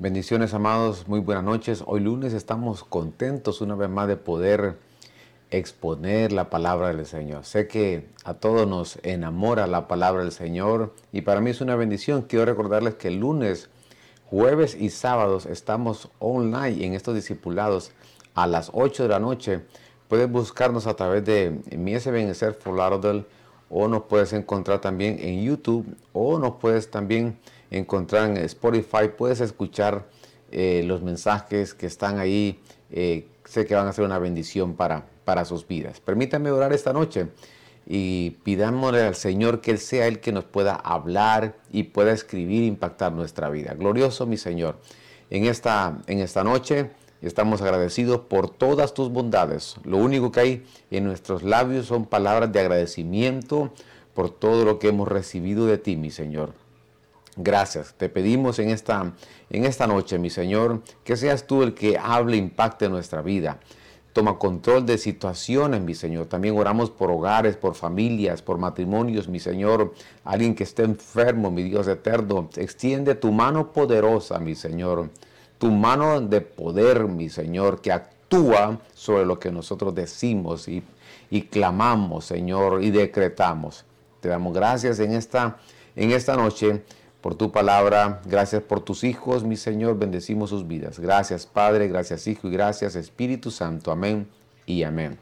Bendiciones, amados, muy buenas noches. Hoy lunes estamos contentos una vez más de poder exponer la palabra del Señor. Sé que a todos nos enamora la palabra del Señor y para mí es una bendición. Quiero recordarles que el lunes, jueves y sábados estamos online en estos discipulados a las 8 de la noche. Puedes buscarnos a través de Mies Ebenezer Fort Lauderdale, o nos puedes encontrar también en YouTube, o nos puedes también encontrar en Spotify. Puedes escuchar los mensajes que están ahí. Sé que van a ser una bendición para sus vidas. Permítanme orar esta noche y pidámosle al Señor que Él sea el que nos pueda hablar y pueda escribir e impactar nuestra vida. Glorioso mi Señor, en esta noche estamos agradecidos por todas tus bondades. Lo único que hay en nuestros labios son palabras de agradecimiento por todo lo que hemos recibido de ti, mi Señor. Gracias. Te pedimos en esta noche, mi Señor, que seas tú el que hable, impacte nuestra vida. Toma control de situaciones, mi Señor. También oramos por hogares, por familias, por matrimonios, mi Señor. Alguien que esté enfermo, mi Dios eterno. Extiende tu mano poderosa, mi Señor. Tu mano de poder, mi Señor, que actúa sobre lo que nosotros decimos y clamamos, Señor, y decretamos. Te damos gracias en esta noche por tu palabra. Gracias por tus hijos, mi Señor. Bendecimos sus vidas. Gracias, Padre. Gracias, Hijo. Y gracias, Espíritu Santo. Amén y amén.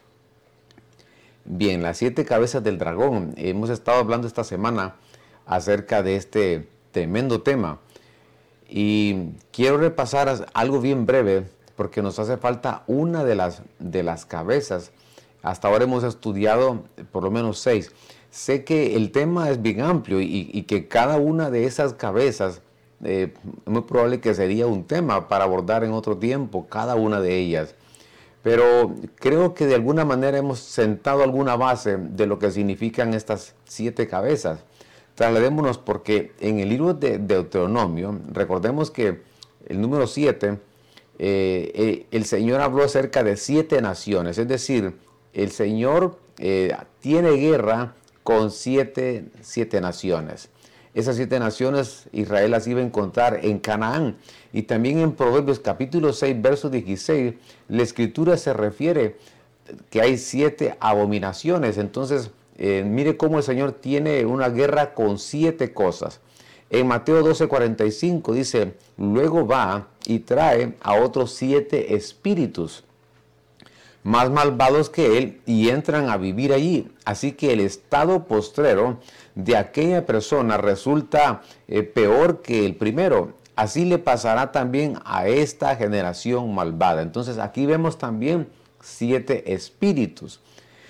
Bien, las 7 cabezas del dragón. Hemos estado hablando esta semana acerca de este tremendo tema. Y quiero repasar algo bien breve porque nos hace falta una de las cabezas. Hasta ahora hemos estudiado por lo menos 6. Sé que el tema es bien amplio y que cada una de esas cabezas es muy probable que sería un tema para abordar en otro tiempo, cada una de ellas. Pero creo que de alguna manera hemos sentado alguna base de lo que significan estas 7 cabezas. Trasladémonos porque en el libro de Deuteronomio, recordemos que el número 7, el Señor habló acerca de 7 naciones, es decir, el Señor tiene guerra con 7 naciones. Esas 7 naciones Israel las iba a encontrar en Canaán. Y también en Proverbios capítulo 6, verso 16, la Escritura se refiere que hay 7 abominaciones. Entonces, mire cómo el Señor tiene una guerra con 7 cosas. En Mateo 12:45 dice, luego va y trae a otros 7 espíritus más malvados que él y entran a vivir allí. Así que el estado postrero de aquella persona resulta peor que el primero. Así le pasará también a esta generación malvada. Entonces aquí vemos también 7 espíritus.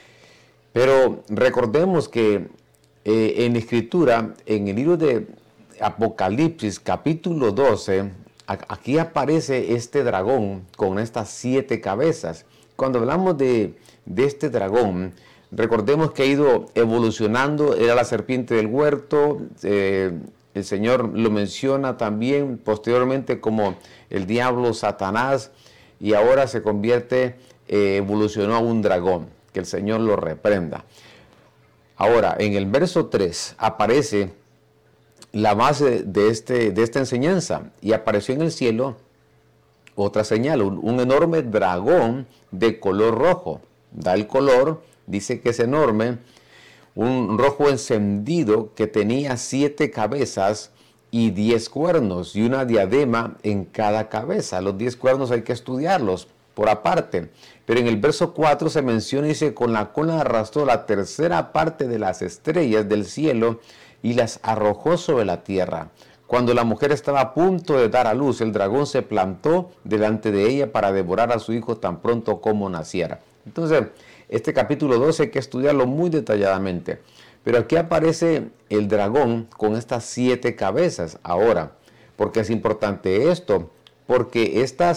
Pero recordemos que en la Escritura, en el libro de Apocalipsis capítulo 12, aquí aparece este dragón con estas 7 cabezas. Cuando hablamos de este dragón, recordemos que ha ido evolucionando. Era la serpiente del huerto. El Señor lo menciona también posteriormente como el diablo Satanás. Y ahora se convierte, evolucionó a un dragón. Que el Señor lo reprenda. Ahora, en el verso 3 aparece la base de esta enseñanza. Y apareció en el cielo otra señal, un enorme dragón de color rojo. Da el color, dice que es enorme, un rojo encendido que tenía 7 cabezas y 10 cuernos y una diadema en cada cabeza. Los 10 cuernos hay que estudiarlos por aparte. Pero en el verso 4 se menciona, dice, con la cola arrastró la tercera parte de las estrellas del cielo y las arrojó sobre la tierra. Cuando la mujer estaba a punto de dar a luz, el dragón se plantó delante de ella para devorar a su hijo tan pronto como naciera. Entonces, este capítulo 12 hay que estudiarlo muy detalladamente. Pero aquí aparece el dragón con estas 7 cabezas. Ahora, ¿por qué es importante esto? Porque esta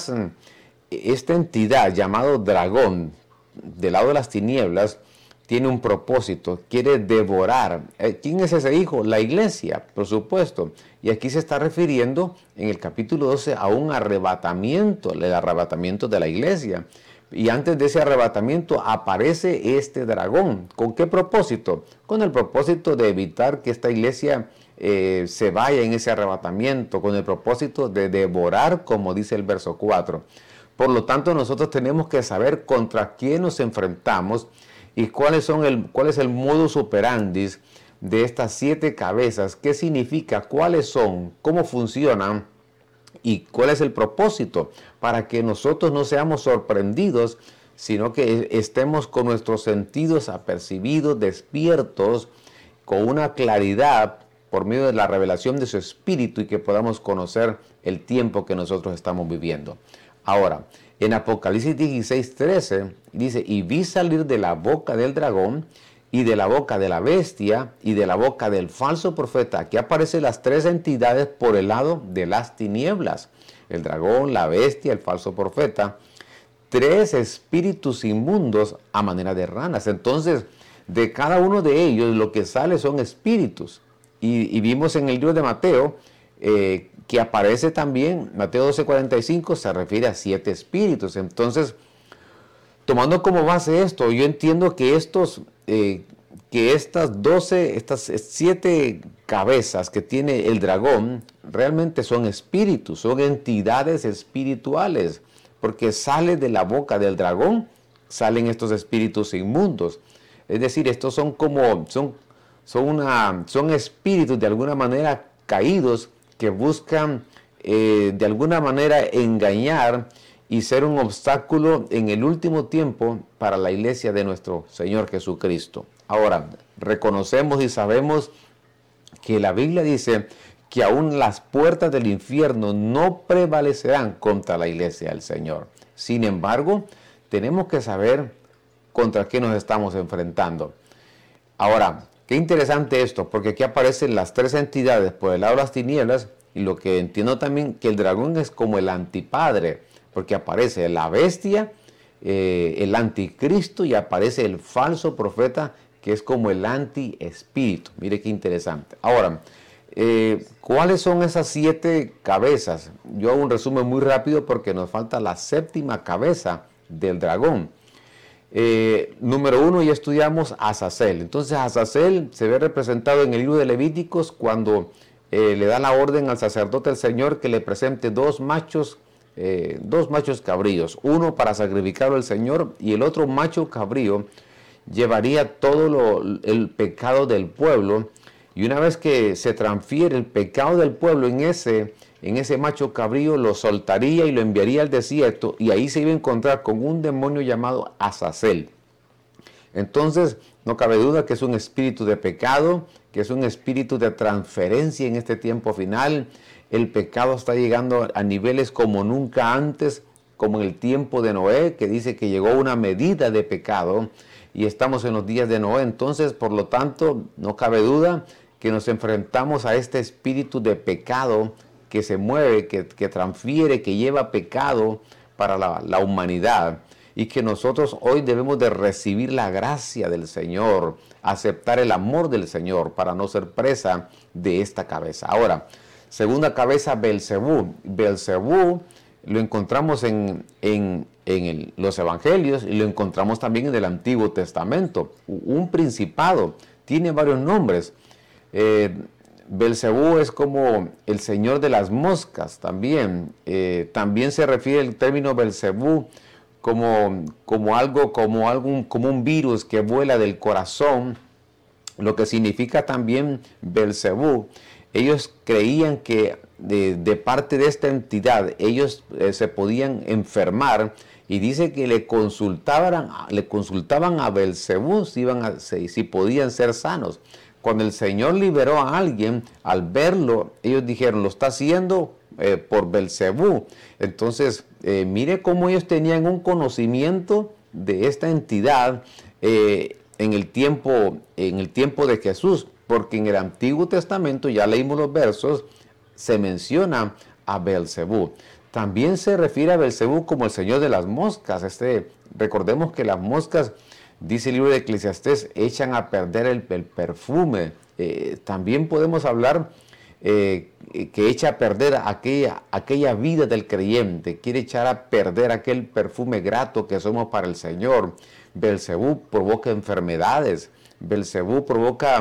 entidad llamado dragón, del lado de las tinieblas, tiene un propósito, quiere devorar. ¿Quién es ese hijo? La iglesia, por supuesto. Y aquí se está refiriendo en el capítulo 12 a un arrebatamiento, el arrebatamiento de la iglesia. Y antes de ese arrebatamiento aparece este dragón. ¿Con qué propósito? Con el propósito de evitar que esta iglesia se vaya en ese arrebatamiento con el propósito de devorar, como dice el verso 4. Por lo tanto, nosotros tenemos que saber contra quién nos enfrentamos y cuál es el modus operandi de estas 7 cabezas, qué significa, cuáles son, cómo funcionan y cuál es el propósito, para que nosotros no seamos sorprendidos, sino que estemos con nuestros sentidos apercibidos, despiertos, con una claridad por medio de la revelación de su Espíritu y que podamos conocer el tiempo que nosotros estamos viviendo. Ahora, en Apocalipsis 16:13 dice, y vi salir de la boca del dragón y de la boca de la bestia y de la boca del falso profeta. Aquí aparecen las 3 entidades por el lado de las tinieblas. El dragón, la bestia, el falso profeta. 3 espíritus inmundos a manera de ranas. Entonces, de cada uno de ellos lo que sale son espíritus. Y vimos en el libro de Mateo que aparece también, Mateo 12:45 se refiere a 7 espíritus. Entonces, tomando como base esto, yo entiendo que estas 7 cabezas que tiene el dragón realmente son espíritus, son entidades espirituales, porque sale de la boca del dragón, salen estos espíritus inmundos. Es decir, estos son espíritus de alguna manera caídos que buscan de alguna manera engañar y ser un obstáculo en el último tiempo para la iglesia de nuestro Señor Jesucristo. Ahora, reconocemos y sabemos que la Biblia dice que aún las puertas del infierno no prevalecerán contra la iglesia del Señor. Sin embargo, tenemos que saber contra qué nos estamos enfrentando. Ahora, qué interesante esto, porque aquí aparecen las 3 entidades por el lado de las tinieblas, y lo que entiendo también que el dragón es como el antipadre, porque aparece la bestia, el anticristo, y aparece el falso profeta, que es como el antiespíritu. Mire qué interesante. Ahora, ¿cuáles son esas 7 cabezas? Yo hago un resumen muy rápido porque nos falta la 7ª cabeza del dragón. Número 1, ya estudiamos Azazel. Entonces Azazel se ve representado en el libro de Levíticos cuando le da la orden al sacerdote del Señor que le presente 2 machos cabríos, uno para sacrificarlo al Señor y el otro macho cabrío llevaría todo el pecado del pueblo, y una vez que se transfiere el pecado del pueblo en ese macho cabrío, lo soltaría y lo enviaría al desierto, y ahí se iba a encontrar con un demonio llamado Azazel. Entonces, no cabe duda que es un espíritu de pecado, que es un espíritu de transferencia en este tiempo final. El pecado está llegando a niveles como nunca antes, como en el tiempo de Noé, que dice que llegó una medida de pecado, y estamos en los días de Noé. Entonces, por lo tanto, no cabe duda que nos enfrentamos a este espíritu de pecado que se mueve, que transfiere, que lleva pecado para la humanidad, y que nosotros hoy debemos de recibir la gracia del Señor, aceptar el amor del Señor para no ser presa de esta cabeza. Ahora, segunda cabeza, Belcebú. Belcebú lo encontramos en los evangelios y lo encontramos también en el Antiguo Testamento. Un principado, tiene varios nombres. Belcebú es como el señor de las moscas también. También se refiere el término Belcebú como un virus que vuela del corazón, lo que significa también Belcebú. Ellos creían que de parte de esta entidad ellos se podían enfermar, y dice que le consultaban a Belcebú si podían ser sanos. Cuando el Señor liberó a alguien, al verlo, ellos dijeron, lo está haciendo por Belcebú. Entonces, mire cómo ellos tenían un conocimiento de esta entidad en el tiempo de Jesús, porque en el Antiguo Testamento, ya leímos los versos, se menciona a Belcebú. También se refiere a Belcebú como el señor de las moscas. Recordemos que las moscas, dice el libro de Eclesiastés, echan a perder el perfume. También podemos hablar que echa a perder aquella vida del creyente, quiere echar a perder aquel perfume grato que somos para el Señor. Belcebú provoca enfermedades, Belcebú provoca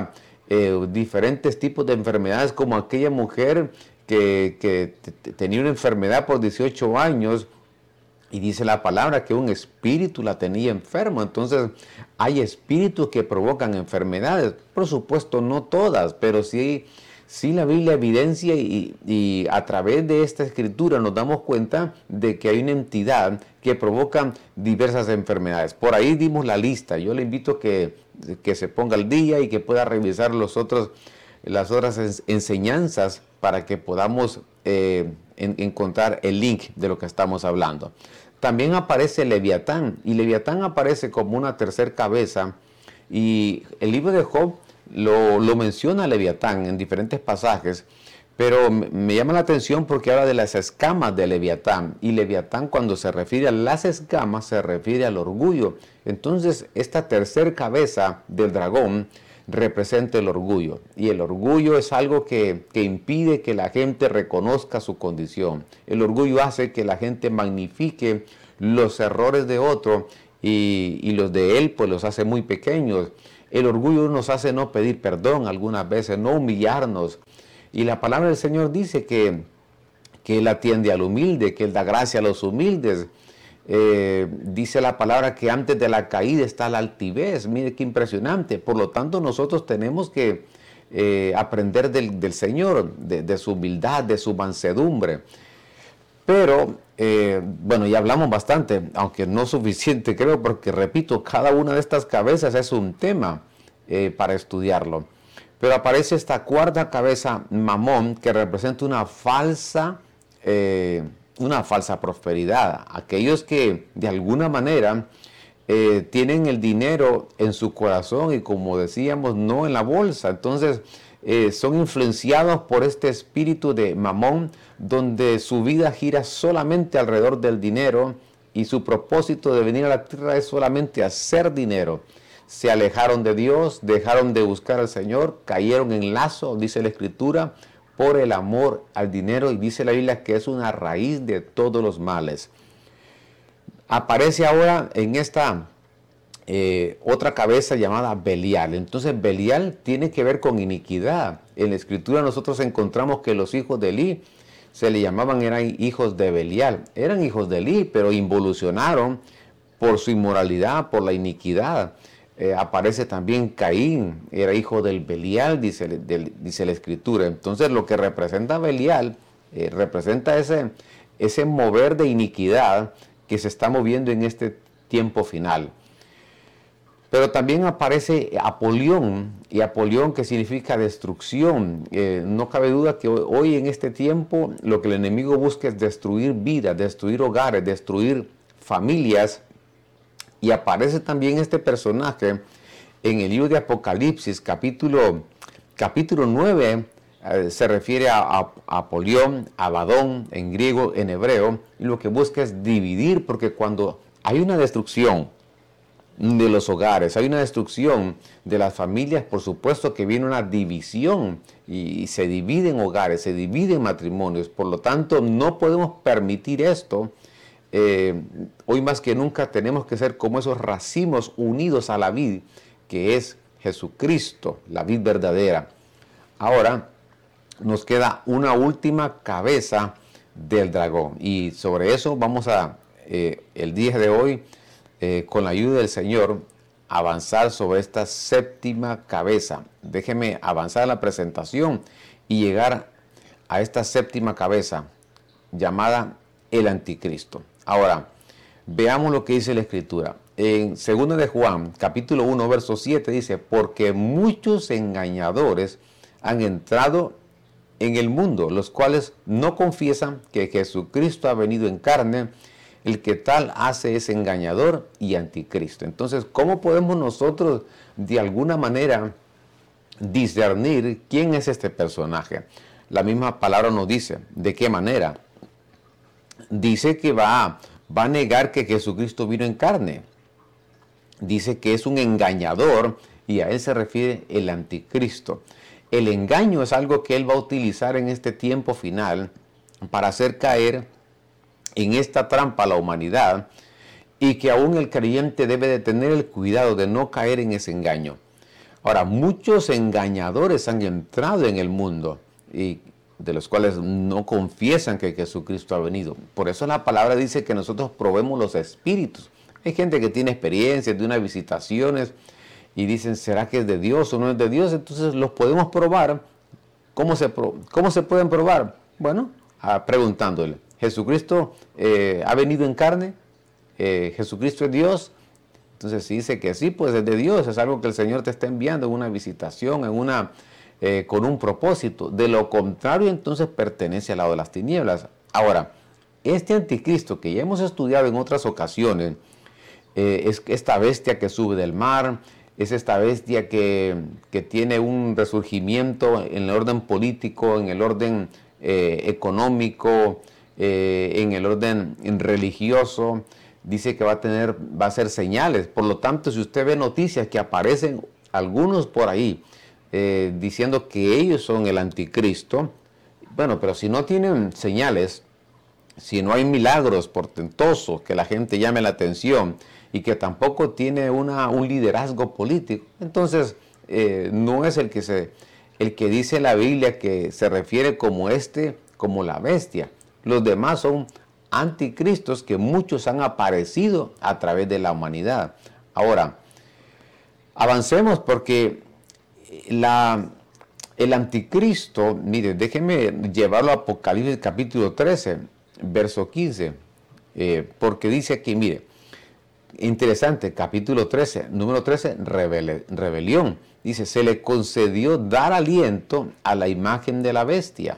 diferentes tipos de enfermedades, como aquella mujer que tenía una enfermedad por 18 años y dice la palabra que un espíritu la tenía enferma. Entonces hay espíritus que provocan enfermedades, por supuesto no todas, pero sí la Biblia evidencia y a través de esta escritura nos damos cuenta de que hay una entidad que provoca diversas enfermedades. Por ahí dimos la lista. Yo le invito que se ponga al día y que pueda revisar las otras enseñanzas para que podamos encontrar el link de lo que estamos hablando. También aparece Leviatán, y Leviatán aparece como una tercer cabeza, y el libro de Job lo menciona Leviatán en diferentes pasajes, pero me llama la atención porque habla de las escamas de Leviatán, y Leviatán, cuando se refiere a las escamas, se refiere al orgullo. Entonces esta tercer cabeza del dragón representa el orgullo, y el orgullo es algo que impide que la gente reconozca su condición. El orgullo hace que la gente magnifique los errores de otro y los de él pues los hace muy pequeños. El orgullo nos hace no pedir perdón algunas veces, no humillarnos, y la palabra del Señor dice que Él atiende al humilde, que Él da gracia a los humildes. Dice la palabra que antes de la caída está la altivez. Mire qué impresionante. Por lo tanto, nosotros tenemos que aprender del Señor, de su humildad, de su mansedumbre. Pero, bueno, ya hablamos bastante, aunque no suficiente, creo, porque repito, cada una de estas cabezas es un tema para estudiarlo. Pero aparece esta cuarta cabeza, Mamón, que representa una falsa prosperidad. Aquellos que de alguna manera tienen el dinero en su corazón y, como decíamos, no en la bolsa. Entonces son influenciados por este espíritu de Mamón, donde su vida gira solamente alrededor del dinero y su propósito de venir a la tierra es solamente hacer dinero. Se alejaron de Dios, dejaron de buscar al Señor, cayeron en lazo, dice la Escritura, por el amor al dinero, y dice la Biblia que es una raíz de todos los males. Aparece ahora en esta otra cabeza llamada Belial. Entonces Belial tiene que ver con iniquidad. En la Escritura nosotros encontramos que los hijos de Elí se le llamaban, eran hijos de Belial. Eran hijos de Elí, pero involucionaron por su inmoralidad, por la iniquidad. Aparece también Caín, era hijo del Belial, dice la Escritura. Entonces lo que representa Belial, representa ese mover de iniquidad que se está moviendo en este tiempo final. Pero también aparece Apolión, y Apolión, que significa destrucción. No cabe duda que hoy en este tiempo lo que el enemigo busca es destruir vidas, destruir hogares, destruir familias. Y aparece también este personaje en el libro de Apocalipsis, capítulo 9, se refiere a Apolión, Abadón, en griego, en hebreo, y lo que busca es dividir, porque cuando hay una destrucción de los hogares, hay una destrucción de las familias, por supuesto que viene una división, y se dividen hogares, se dividen matrimonios. Por lo tanto, no podemos permitir esto. Hoy más que nunca tenemos que ser como esos racimos unidos a la vid, que es Jesucristo, la vid verdadera. Ahora nos queda una última cabeza del dragón, y sobre eso vamos a el día de hoy, con la ayuda del Señor, avanzar sobre esta séptima cabeza. Déjeme avanzar la presentación y llegar a esta séptima cabeza llamada el anticristo. Ahora, veamos lo que dice la Escritura. En 2 de Juan, capítulo 1, verso 7, dice: porque muchos engañadores han entrado en el mundo, los cuales no confiesan que Jesucristo ha venido en carne. El que tal hace es engañador y anticristo. Entonces, ¿cómo podemos nosotros de alguna manera discernir quién es este personaje? La misma palabra nos dice de qué manera. Dice que va a negar que Jesucristo vino en carne. Dice que es un engañador, y a él se refiere el anticristo. El engaño es algo que él va a utilizar en este tiempo final para hacer caer en esta trampa a la humanidad, y que aún el creyente debe de tener el cuidado de no caer en ese engaño. Ahora, muchos engañadores han entrado en el mundo y de los cuales no confiesan que Jesucristo ha venido. Por eso la palabra dice que nosotros probemos los espíritus. Hay gente que tiene experiencias de unas visitaciones y dicen, ¿será que es de Dios o no es de Dios? Entonces los podemos probar. ¿Cómo se pueden probar? Bueno, preguntándole, ¿Jesucristo ha venido en carne? ¿Jesucristo es Dios? Entonces, si dice que sí, pues es de Dios, es algo que el Señor te está enviando en una visitación, con un propósito. De lo contrario, entonces pertenece al lado de las tinieblas. Ahora, este anticristo que ya hemos estudiado en otras ocasiones, es esta bestia que sube del mar, es esta bestia que tiene un resurgimiento en el orden político, en el orden económico, en el orden religioso. Dice que va a ser señales. Por lo tanto, si usted ve noticias que aparecen algunos por ahí diciendo que ellos son el anticristo, bueno, pero si no tienen señales, si no hay milagros portentosos que la gente llame la atención y que tampoco tiene un liderazgo político, entonces no es el que dice la Biblia que se refiere como la bestia. Los demás son anticristos que muchos han aparecido a través de la humanidad. Ahora, avancemos porque el anticristo, mire, déjeme llevarlo a Apocalipsis capítulo 13, verso 15, porque dice aquí, mire, interesante, capítulo 13, número 13, rebelión. Dice, se le concedió dar aliento a la imagen de la bestia,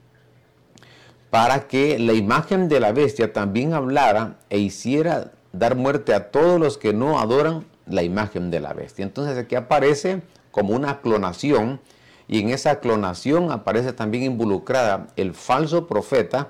para que la imagen de la bestia también hablara e hiciera dar muerte a todos los que no adoran la imagen de la bestia. Entonces aquí aparece como una clonación, y en esa clonación aparece también involucrada el falso profeta,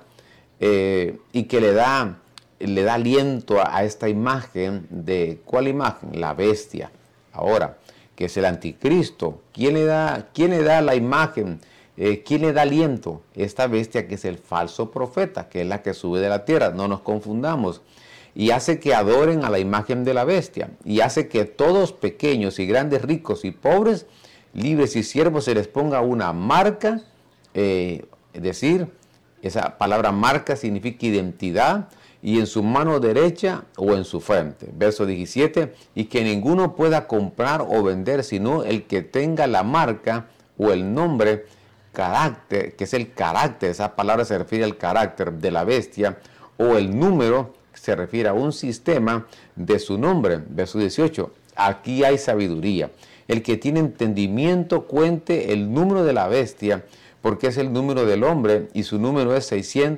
y que le da aliento a esta imagen. ¿De cuál imagen? La bestia. Ahora, que es el anticristo. ¿Quién le da la imagen? ¿Quién le da aliento? Esta bestia, que es el falso profeta, que es la que sube de la tierra. No nos confundamos. Y hace que adoren a la imagen de la bestia. Y hace que todos, pequeños y grandes, ricos y pobres, libres y siervos, se les ponga una marca. Es decir, esa palabra marca significa identidad. Y en su mano derecha o en su frente. Verso 17. Y que ninguno pueda comprar o vender, sino el que tenga la marca o el nombre, carácter, que es el carácter, esa palabra se refiere al carácter de la bestia, o el número, se refiere a un sistema de su nombre. Verso 18, aquí hay sabiduría. El que tiene entendimiento cuente el número de la bestia, porque es el número del hombre y su número es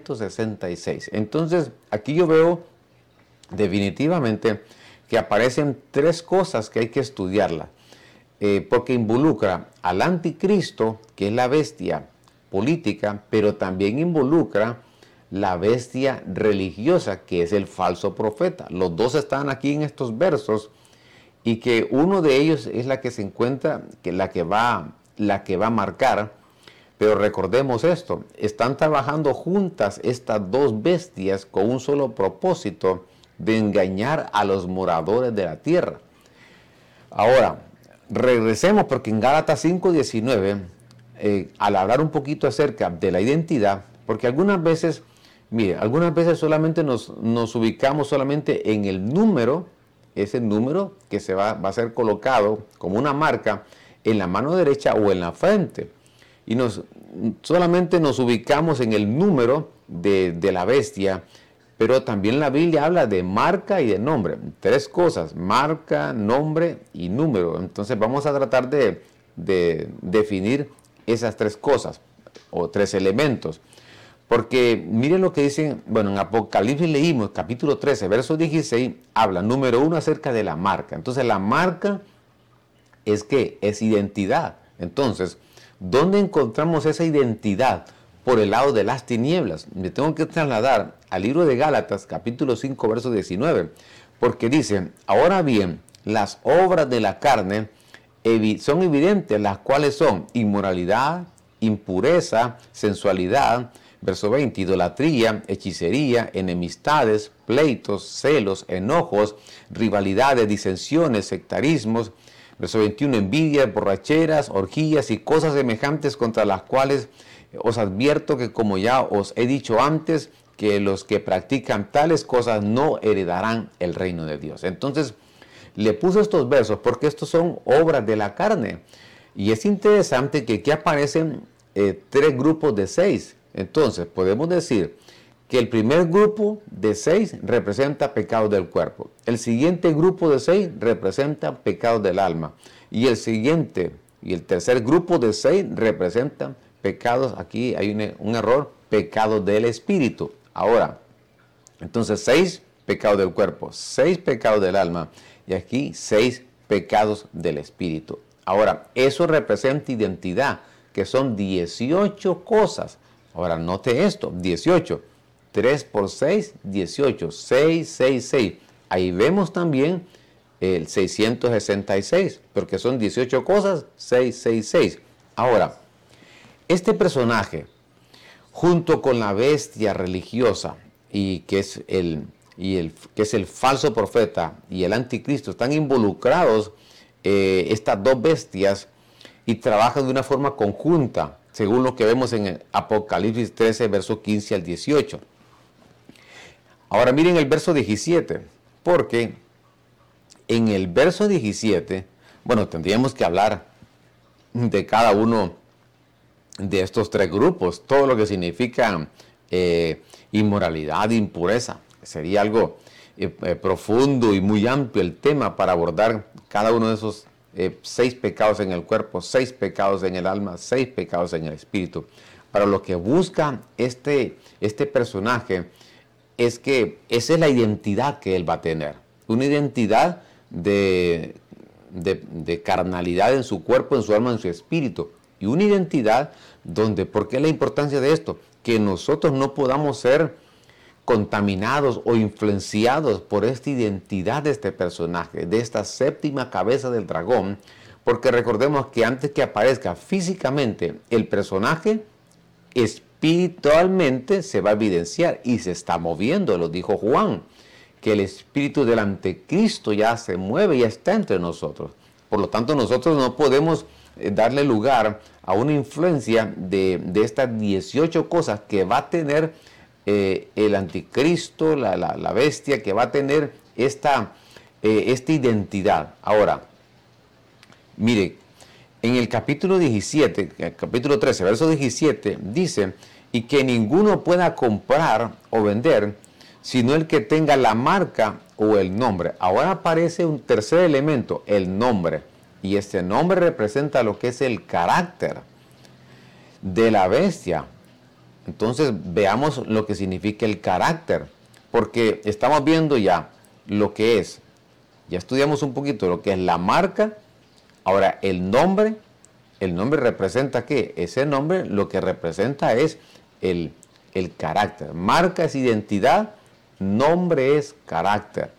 666. Entonces, aquí yo veo definitivamente que aparecen tres cosas que hay que estudiarlas. Porque involucra al anticristo, que es la bestia política, pero también involucra la bestia religiosa, que es el falso profeta. Los dos están aquí en estos versos, y que uno de ellos es la que se encuentra, que la que va a marcar. Pero recordemos esto, están trabajando juntas estas dos bestias con un solo propósito, de engañar a los moradores de la tierra. Ahora, regresemos, porque en Gálatas 5:19, al hablar un poquito acerca de la identidad, porque algunas veces solamente nos ubicamos solamente en el número, ese número que va a ser colocado como una marca en la mano derecha o en la frente. Y solamente nos ubicamos en el número de la bestia, pero también la Biblia habla de marca y de nombre. Tres cosas: marca, nombre y número. Entonces vamos a tratar de definir esas tres cosas o tres elementos. Porque miren lo que dicen, en Apocalipsis leímos, capítulo 13, verso 16, habla, número 1, acerca de la marca. Entonces la marca es ¿qué? Es identidad. Entonces, ¿dónde encontramos esa identidad? Por el lado de las tinieblas. Me tengo que trasladar al libro de Gálatas, capítulo 5, verso 19, porque dice, ahora bien, las obras de la carne son evidentes, las cuales son inmoralidad, impureza, sensualidad, verso 20, idolatría, hechicería, enemistades, pleitos, celos, enojos, rivalidades, disensiones, sectarismos, Verso 21, envidias, borracheras, orgías y cosas semejantes contra las cuales os advierto que, como ya os he dicho antes, que los que practican tales cosas no heredarán el reino de Dios. Entonces, le puso estos versos porque estos son obras de la carne. Y es interesante que aquí aparecen 3 grupos de 6. Entonces, podemos decir que el primer grupo de 6 representa pecados del cuerpo. El siguiente grupo de 6 representa pecados del alma. Y el siguiente y el tercer grupo de 6 representan pecados, aquí hay un error, pecados del espíritu. Ahora, entonces 6 pecados del cuerpo, 6 pecados del alma y aquí 6 pecados del espíritu. Ahora, eso representa identidad, que son 18 cosas. Ahora, note esto, 18. 3 por 6, 18. 6, 6, 6. Ahí vemos también el 666, porque son 18 cosas, 6, 6, 6. Ahora, este personaje, junto con la bestia religiosa, y que es el falso profeta y el anticristo, están involucrados estas dos bestias y trabajan de una forma conjunta, según lo que vemos en el Apocalipsis 13, verso 15 al 18. Ahora miren el verso 17, porque en el verso 17, bueno, tendríamos que hablar de cada uno de estos 3 grupos, todo lo que significa inmoralidad, impureza. Sería algo profundo y muy amplio el tema para abordar cada uno de esos 6 pecados en el cuerpo, 6 pecados en el alma, 6 pecados en el espíritu. Para lo que busca este personaje es que esa es la identidad que él va a tener. Una identidad de carnalidad en su cuerpo, en su alma, en su espíritu. Y una identidad donde, ¿por qué la importancia de esto? Que nosotros no podamos ser contaminados o influenciados por esta identidad de este personaje, de esta 7ª cabeza del dragón, porque recordemos que antes que aparezca físicamente el personaje, espiritualmente se va a evidenciar y se está moviendo, lo dijo Juan, que el espíritu del anticristo ya se mueve, ya está entre nosotros. Por lo tanto, nosotros no podemos darle lugar a una influencia de estas 18 cosas que va a tener el anticristo, la bestia, que va a tener esta identidad. Ahora, mire, en el capítulo 17, el capítulo 13, verso 17, dice, y que ninguno pueda comprar o vender, sino el que tenga la marca o el nombre. Ahora aparece un tercer elemento, el nombre. Y este nombre representa lo que es el carácter de la bestia. Entonces veamos lo que significa el carácter, porque estamos viendo ya lo que es, ya estudiamos un poquito lo que es la marca. Ahora el nombre representa ¿qué? Ese nombre lo que representa es el carácter. Marca es identidad, nombre es carácter.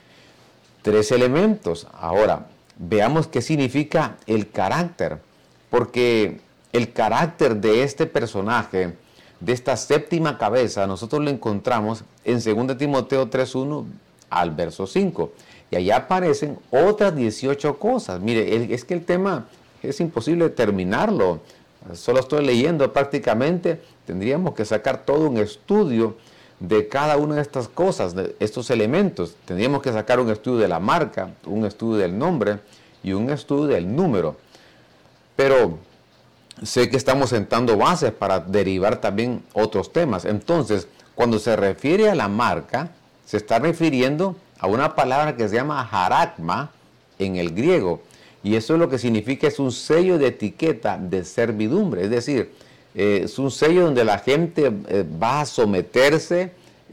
3 elementos. Ahora veamos qué significa el carácter, porque el carácter de este personaje, de esta 7ª cabeza, nosotros lo encontramos en 2 Timoteo 3:1 al verso 5. Y allá aparecen otras 18 cosas. Mire, es que el tema es imposible terminarlo. Solo estoy leyendo prácticamente. Tendríamos que sacar todo un estudio de cada una de estas cosas, de estos elementos. Tendríamos que sacar un estudio de la marca, un estudio del nombre y un estudio del número. Pero sé que estamos sentando bases para derivar también otros temas. Entonces, cuando se refiere a la marca, se está refiriendo a una palabra que se llama haragma en el griego. Y eso es lo que significa, es un sello de etiqueta de servidumbre. Es decir, es un sello donde la gente va a someterse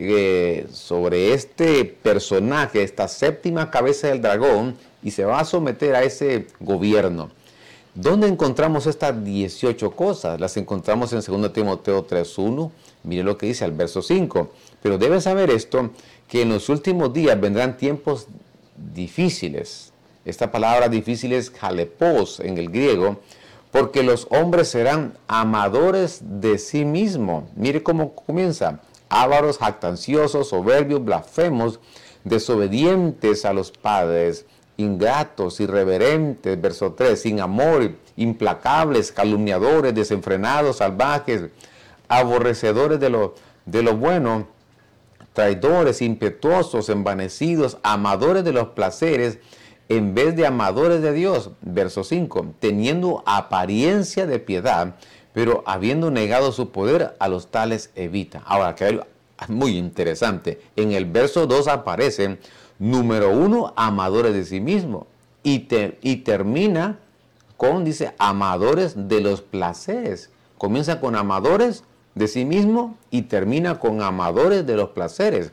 sobre este personaje, esta 7ª cabeza del dragón, y se va a someter a ese gobierno. ¿Dónde encontramos estas 18 cosas? Las encontramos en 2 Timoteo 3:1. Mire lo que dice al verso 5. Pero debes saber esto, que en los últimos días vendrán tiempos difíciles. Esta palabra difícil es jalepos en el griego, porque los hombres serán amadores de sí mismos. Mire cómo comienza. Ávaros, jactanciosos, soberbios, blasfemos, desobedientes a los padres, ingratos, irreverentes, verso 3, sin amor, implacables, calumniadores, desenfrenados, salvajes, aborrecedores de lo bueno, traidores, impetuosos, envanecidos, amadores de los placeres, en vez de amadores de Dios. Verso 5, teniendo apariencia de piedad, pero habiendo negado su poder, a los tales evita. Ahora, que es muy interesante. En el verso 2 aparecen, número 1, amadores de sí mismo. Y termina con, dice, amadores de los placeres. Comienza con amadores de sí mismo y termina con amadores de los placeres.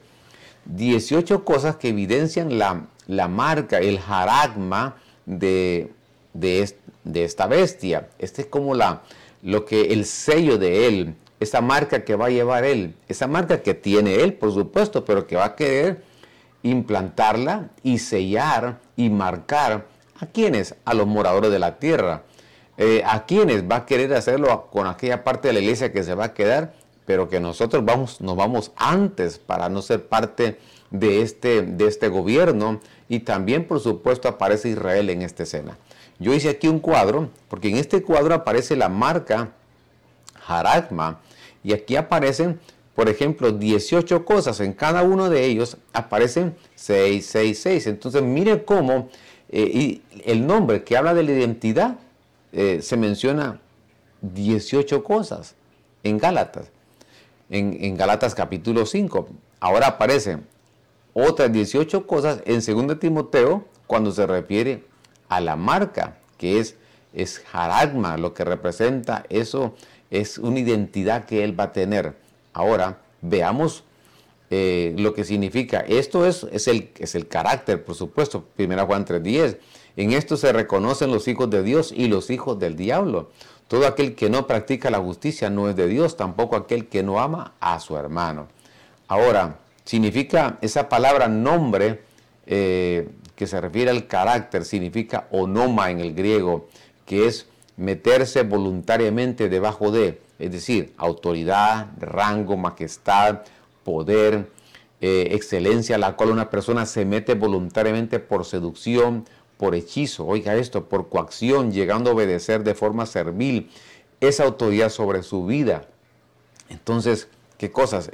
18 cosas que evidencian la marca, el jaragma de esta bestia. Este es como el sello de él, esa marca que va a llevar él, esa marca que tiene él, por supuesto, pero que va a querer implantarla y sellar y marcar a quienes, a los moradores de la tierra. A quienes va a querer hacerlo con aquella parte de la iglesia que se va a quedar, pero que nosotros nos vamos antes para no ser parte de este gobierno. Y también, por supuesto, aparece Israel en esta escena. Yo hice aquí un cuadro, porque en este cuadro aparece la marca jaragma, y aquí aparecen, por ejemplo, 18 cosas. En cada uno de ellos aparecen 6, 6, 6. Entonces, mire cómo y el nombre que habla de la identidad, se menciona 18 cosas en Gálatas. En Gálatas capítulo 5. Ahora aparecen otras 18 cosas en 2 Timoteo cuando se refiere a la marca, que es jaragma, lo que representa eso, es una identidad que él va a tener. Ahora veamos lo que significa. Esto es el carácter, por supuesto. 1 Juan 3:10. En esto se reconocen los hijos de Dios y los hijos del diablo. Todo aquel que no practica la justicia no es de Dios, tampoco aquel que no ama a su hermano. Ahora, significa esa palabra nombre, que se refiere al carácter, significa onoma en el griego, que es meterse voluntariamente debajo de, es decir, autoridad, rango, majestad, poder, excelencia, a la cual una persona se mete voluntariamente por seducción, por hechizo, oiga esto, por coacción, llegando a obedecer de forma servil esa autoridad sobre su vida. Entonces, ¿qué cosas?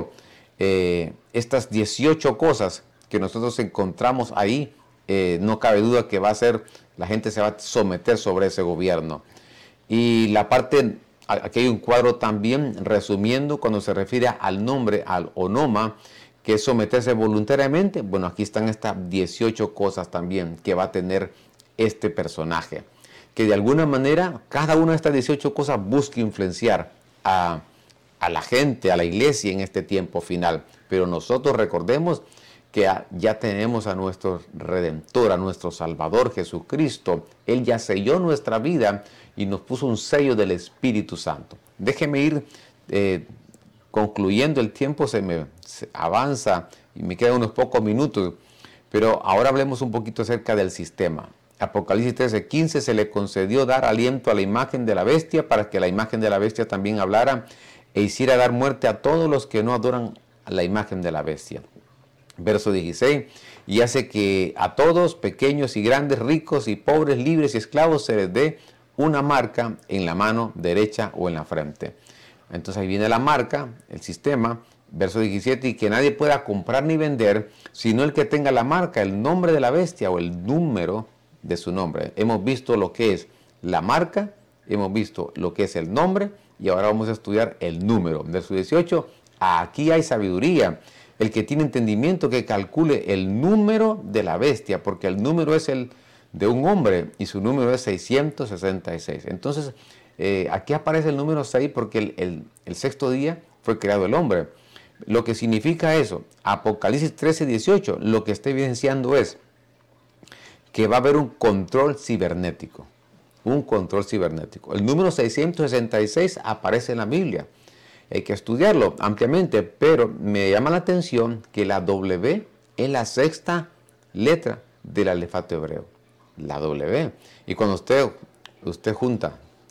Estas 18 cosas que nosotros encontramos ahí, no cabe duda que la gente se va a someter sobre ese gobierno. Y aquí hay un cuadro también resumiendo cuando se refiere al nombre, al onoma, que es someterse voluntariamente. Bueno, aquí están estas 18 cosas también que va a tener este personaje. Que de alguna manera, cada una de estas 18 cosas busca influenciar a la gente, a la iglesia en este tiempo final. Pero nosotros recordemos que ya tenemos a nuestro Redentor, a nuestro Salvador Jesucristo. Él ya selló nuestra vida y nos puso un sello del Espíritu Santo. Déjeme ir concluyendo, el tiempo se avanza y me quedan unos pocos minutos, pero ahora hablemos un poquito acerca del sistema. Apocalipsis 13:15, se le concedió dar aliento a la imagen de la bestia para que la imagen de la bestia también hablara e hiciera dar muerte a todos los que no adoran a la imagen de la bestia. Verso 16, y hace que a todos, pequeños y grandes, ricos y pobres, libres y esclavos, se les dé una marca en la mano derecha o en la frente. Entonces ahí viene la marca, el sistema. Verso 17, y que nadie pueda comprar ni vender, sino el que tenga la marca, el nombre de la bestia o el número de su nombre. Hemos visto lo que es la marca, hemos visto lo que es el nombre, y ahora vamos a estudiar el número. Verso 18, aquí hay sabiduría. El que tiene entendimiento que calcule el número de la bestia, porque el número es el de un hombre y su número es 666. Entonces, aquí aparece el número 6 porque el sexto día fue creado el hombre. Lo que significa eso, Apocalipsis 13:18, lo que está evidenciando es que va a haber un control cibernético. Un control cibernético. El número 666 aparece en la Biblia. Hay que estudiarlo ampliamente, pero me llama la atención que la W es la sexta letra del alefato hebreo. La W. Y cuando usted junta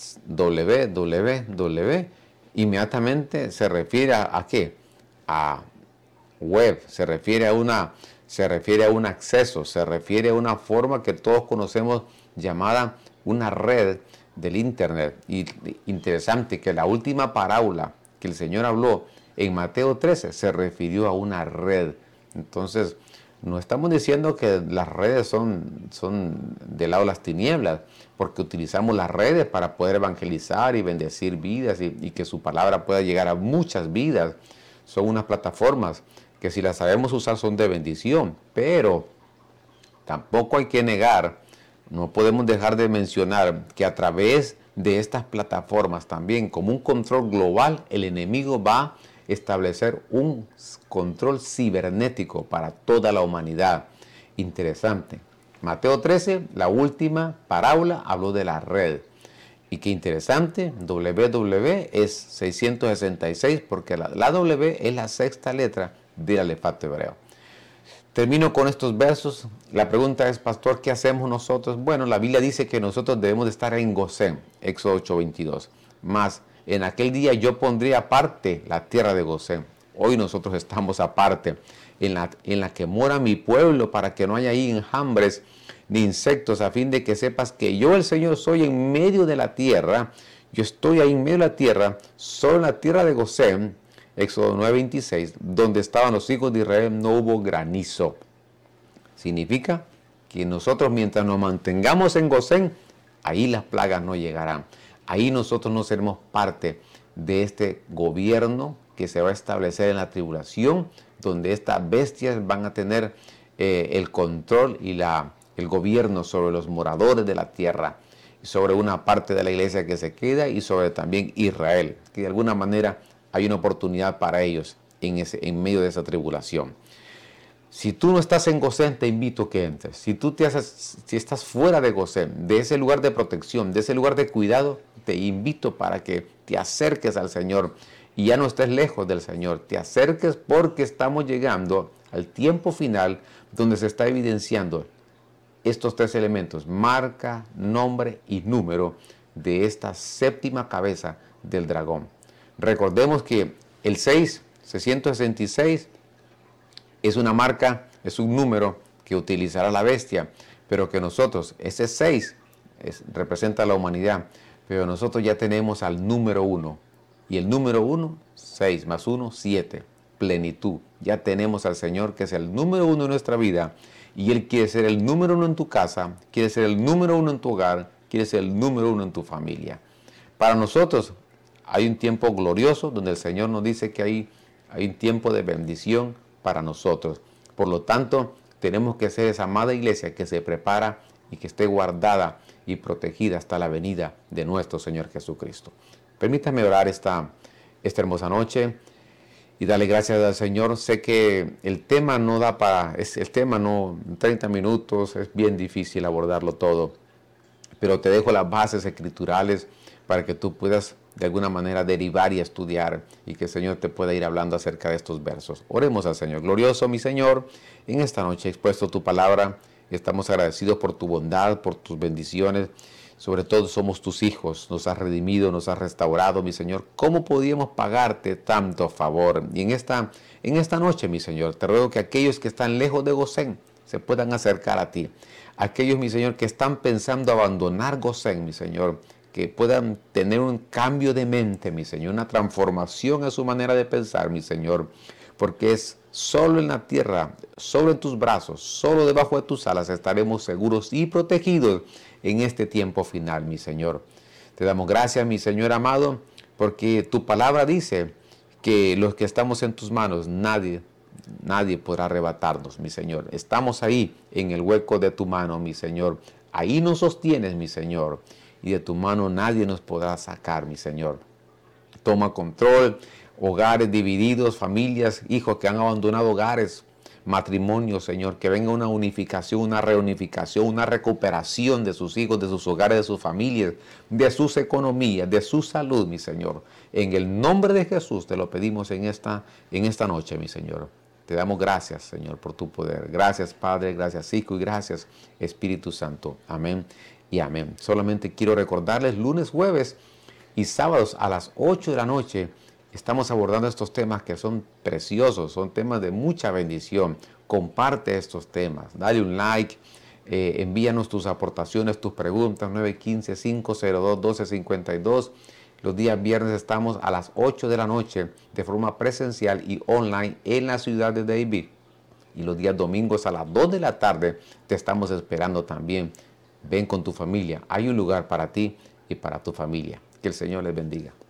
W, inmediatamente se refiere a qué? A web, se refiere a una se refiere a un acceso, se refiere a una forma que todos conocemos llamada una red del Internet. Y interesante que la última parábola que el Señor habló en Mateo 13 se refirió a una red. Entonces, no estamos diciendo que las redes son del lado de las tinieblas, porque utilizamos las redes para poder evangelizar y bendecir vidas y que su palabra pueda llegar a muchas vidas. Son unas plataformas que si las sabemos usar son de bendición, pero tampoco hay que negar, no podemos dejar de mencionar que a través de estas plataformas también, como un control global, el enemigo va a establecer un control cibernético para toda la humanidad. Interesante. Mateo 13, la última parábola, habló de la red. Y qué interesante, WW es 666 porque la W es la sexta letra del alefato hebreo. Termino con estos versos. La pregunta es, pastor, ¿qué hacemos nosotros? Bueno, la Biblia dice que nosotros debemos de estar en Gosén, Éxodo 8:22. Más, en aquel día yo pondré aparte la tierra de Gosén. Hoy nosotros estamos aparte, en la que mora mi pueblo, para que no haya ahí enjambres ni insectos, a fin de que sepas que yo el Señor soy en medio de la tierra. Yo estoy ahí en medio de la tierra, solo en la tierra de Gosén, Éxodo 9:26, donde estaban los hijos de Israel no hubo granizo. Significa que nosotros mientras nos mantengamos en Gosén, ahí las plagas no llegarán. Ahí nosotros no seremos parte de este gobierno que se va a establecer en la tribulación, donde estas bestias van a tener el control y el gobierno sobre los moradores de la tierra, sobre una parte de la iglesia que se queda y sobre también Israel, que de alguna manera hay una oportunidad para ellos en medio de esa tribulación. Si tú no estás en Gosén, te invito a que entres. Si estás fuera de Gosén, de ese lugar de protección, de ese lugar de cuidado, te invito para que te acerques al Señor y ya no estés lejos del Señor. Te acerques porque estamos llegando al tiempo final donde se está evidenciando estos tres elementos: marca, nombre y número de esta séptima cabeza del dragón. Recordemos que el 666, es una marca, es un número que utilizará la bestia, pero que nosotros, ese 6 representa a la humanidad, pero nosotros ya tenemos al número 1. Y el número 1, 6 más 1, 7, plenitud. Ya tenemos al Señor que es el número 1 en nuestra vida. Y Él quiere ser el número 1 en tu casa, quiere ser el número 1 en tu hogar, quiere ser el número 1 en tu familia. Para nosotros hay un tiempo glorioso donde el Señor nos dice que hay un tiempo de bendición para nosotros. Por lo tanto, tenemos que ser esa amada iglesia que se prepara y que esté guardada y protegida hasta la venida de nuestro Señor Jesucristo. Permítame orar esta hermosa noche y darle gracias al Señor. Sé que el tema no da para, el tema no, 30 minutos, es bien difícil abordarlo todo, pero te dejo las bases escriturales para que tú puedas de alguna manera derivar y estudiar y que el Señor te pueda ir hablando acerca de estos versos. Oremos al Señor. Glorioso mi Señor, en esta noche he expuesto tu palabra. Estamos agradecidos por tu bondad, por tus bendiciones. Sobre todo somos tus hijos, nos has redimido, nos has restaurado, mi Señor. ¿Cómo podíamos pagarte tanto favor? Y en esta noche, mi Señor, te ruego que aquellos que están lejos de Gosén se puedan acercar a ti. Aquellos, mi Señor, que están pensando abandonar Gosén, mi Señor, que puedan tener un cambio de mente, mi Señor, una transformación en su manera de pensar, mi Señor, porque es solo en la tierra, solo en tus brazos, solo debajo de tus alas estaremos seguros y protegidos en este tiempo final, mi Señor. Te damos gracias, mi Señor amado, porque tu palabra dice que los que estamos en tus manos, nadie podrá arrebatarnos, mi Señor. Estamos ahí en el hueco de tu mano, mi Señor. Ahí nos sostienes, mi Señor, y de tu mano nadie nos podrá sacar, mi Señor. Toma control, hogares divididos, familias, hijos que han abandonado hogares, matrimonios, Señor, que venga una unificación, una reunificación, una recuperación de sus hijos, de sus hogares, de sus familias, de sus economías, de su salud, mi Señor. En el nombre de Jesús te lo pedimos en esta noche, mi Señor. Te damos gracias, Señor, por tu poder. Gracias, Padre, gracias, Hijo, y gracias, Espíritu Santo. Amén y amén. Solamente quiero recordarles, lunes, jueves y sábados a las 8 de la noche, estamos abordando estos temas que son preciosos, son temas de mucha bendición. comparte estos temas, dale un like, envíanos tus aportaciones, tus preguntas, 915-502-1252. Los días viernes estamos a las 8 de la noche de forma presencial y online en la ciudad de David. Y los días domingos a las 2 de la tarde te estamos esperando también. Ven con tu familia. Hay un lugar para ti y para tu familia. Que el Señor les bendiga.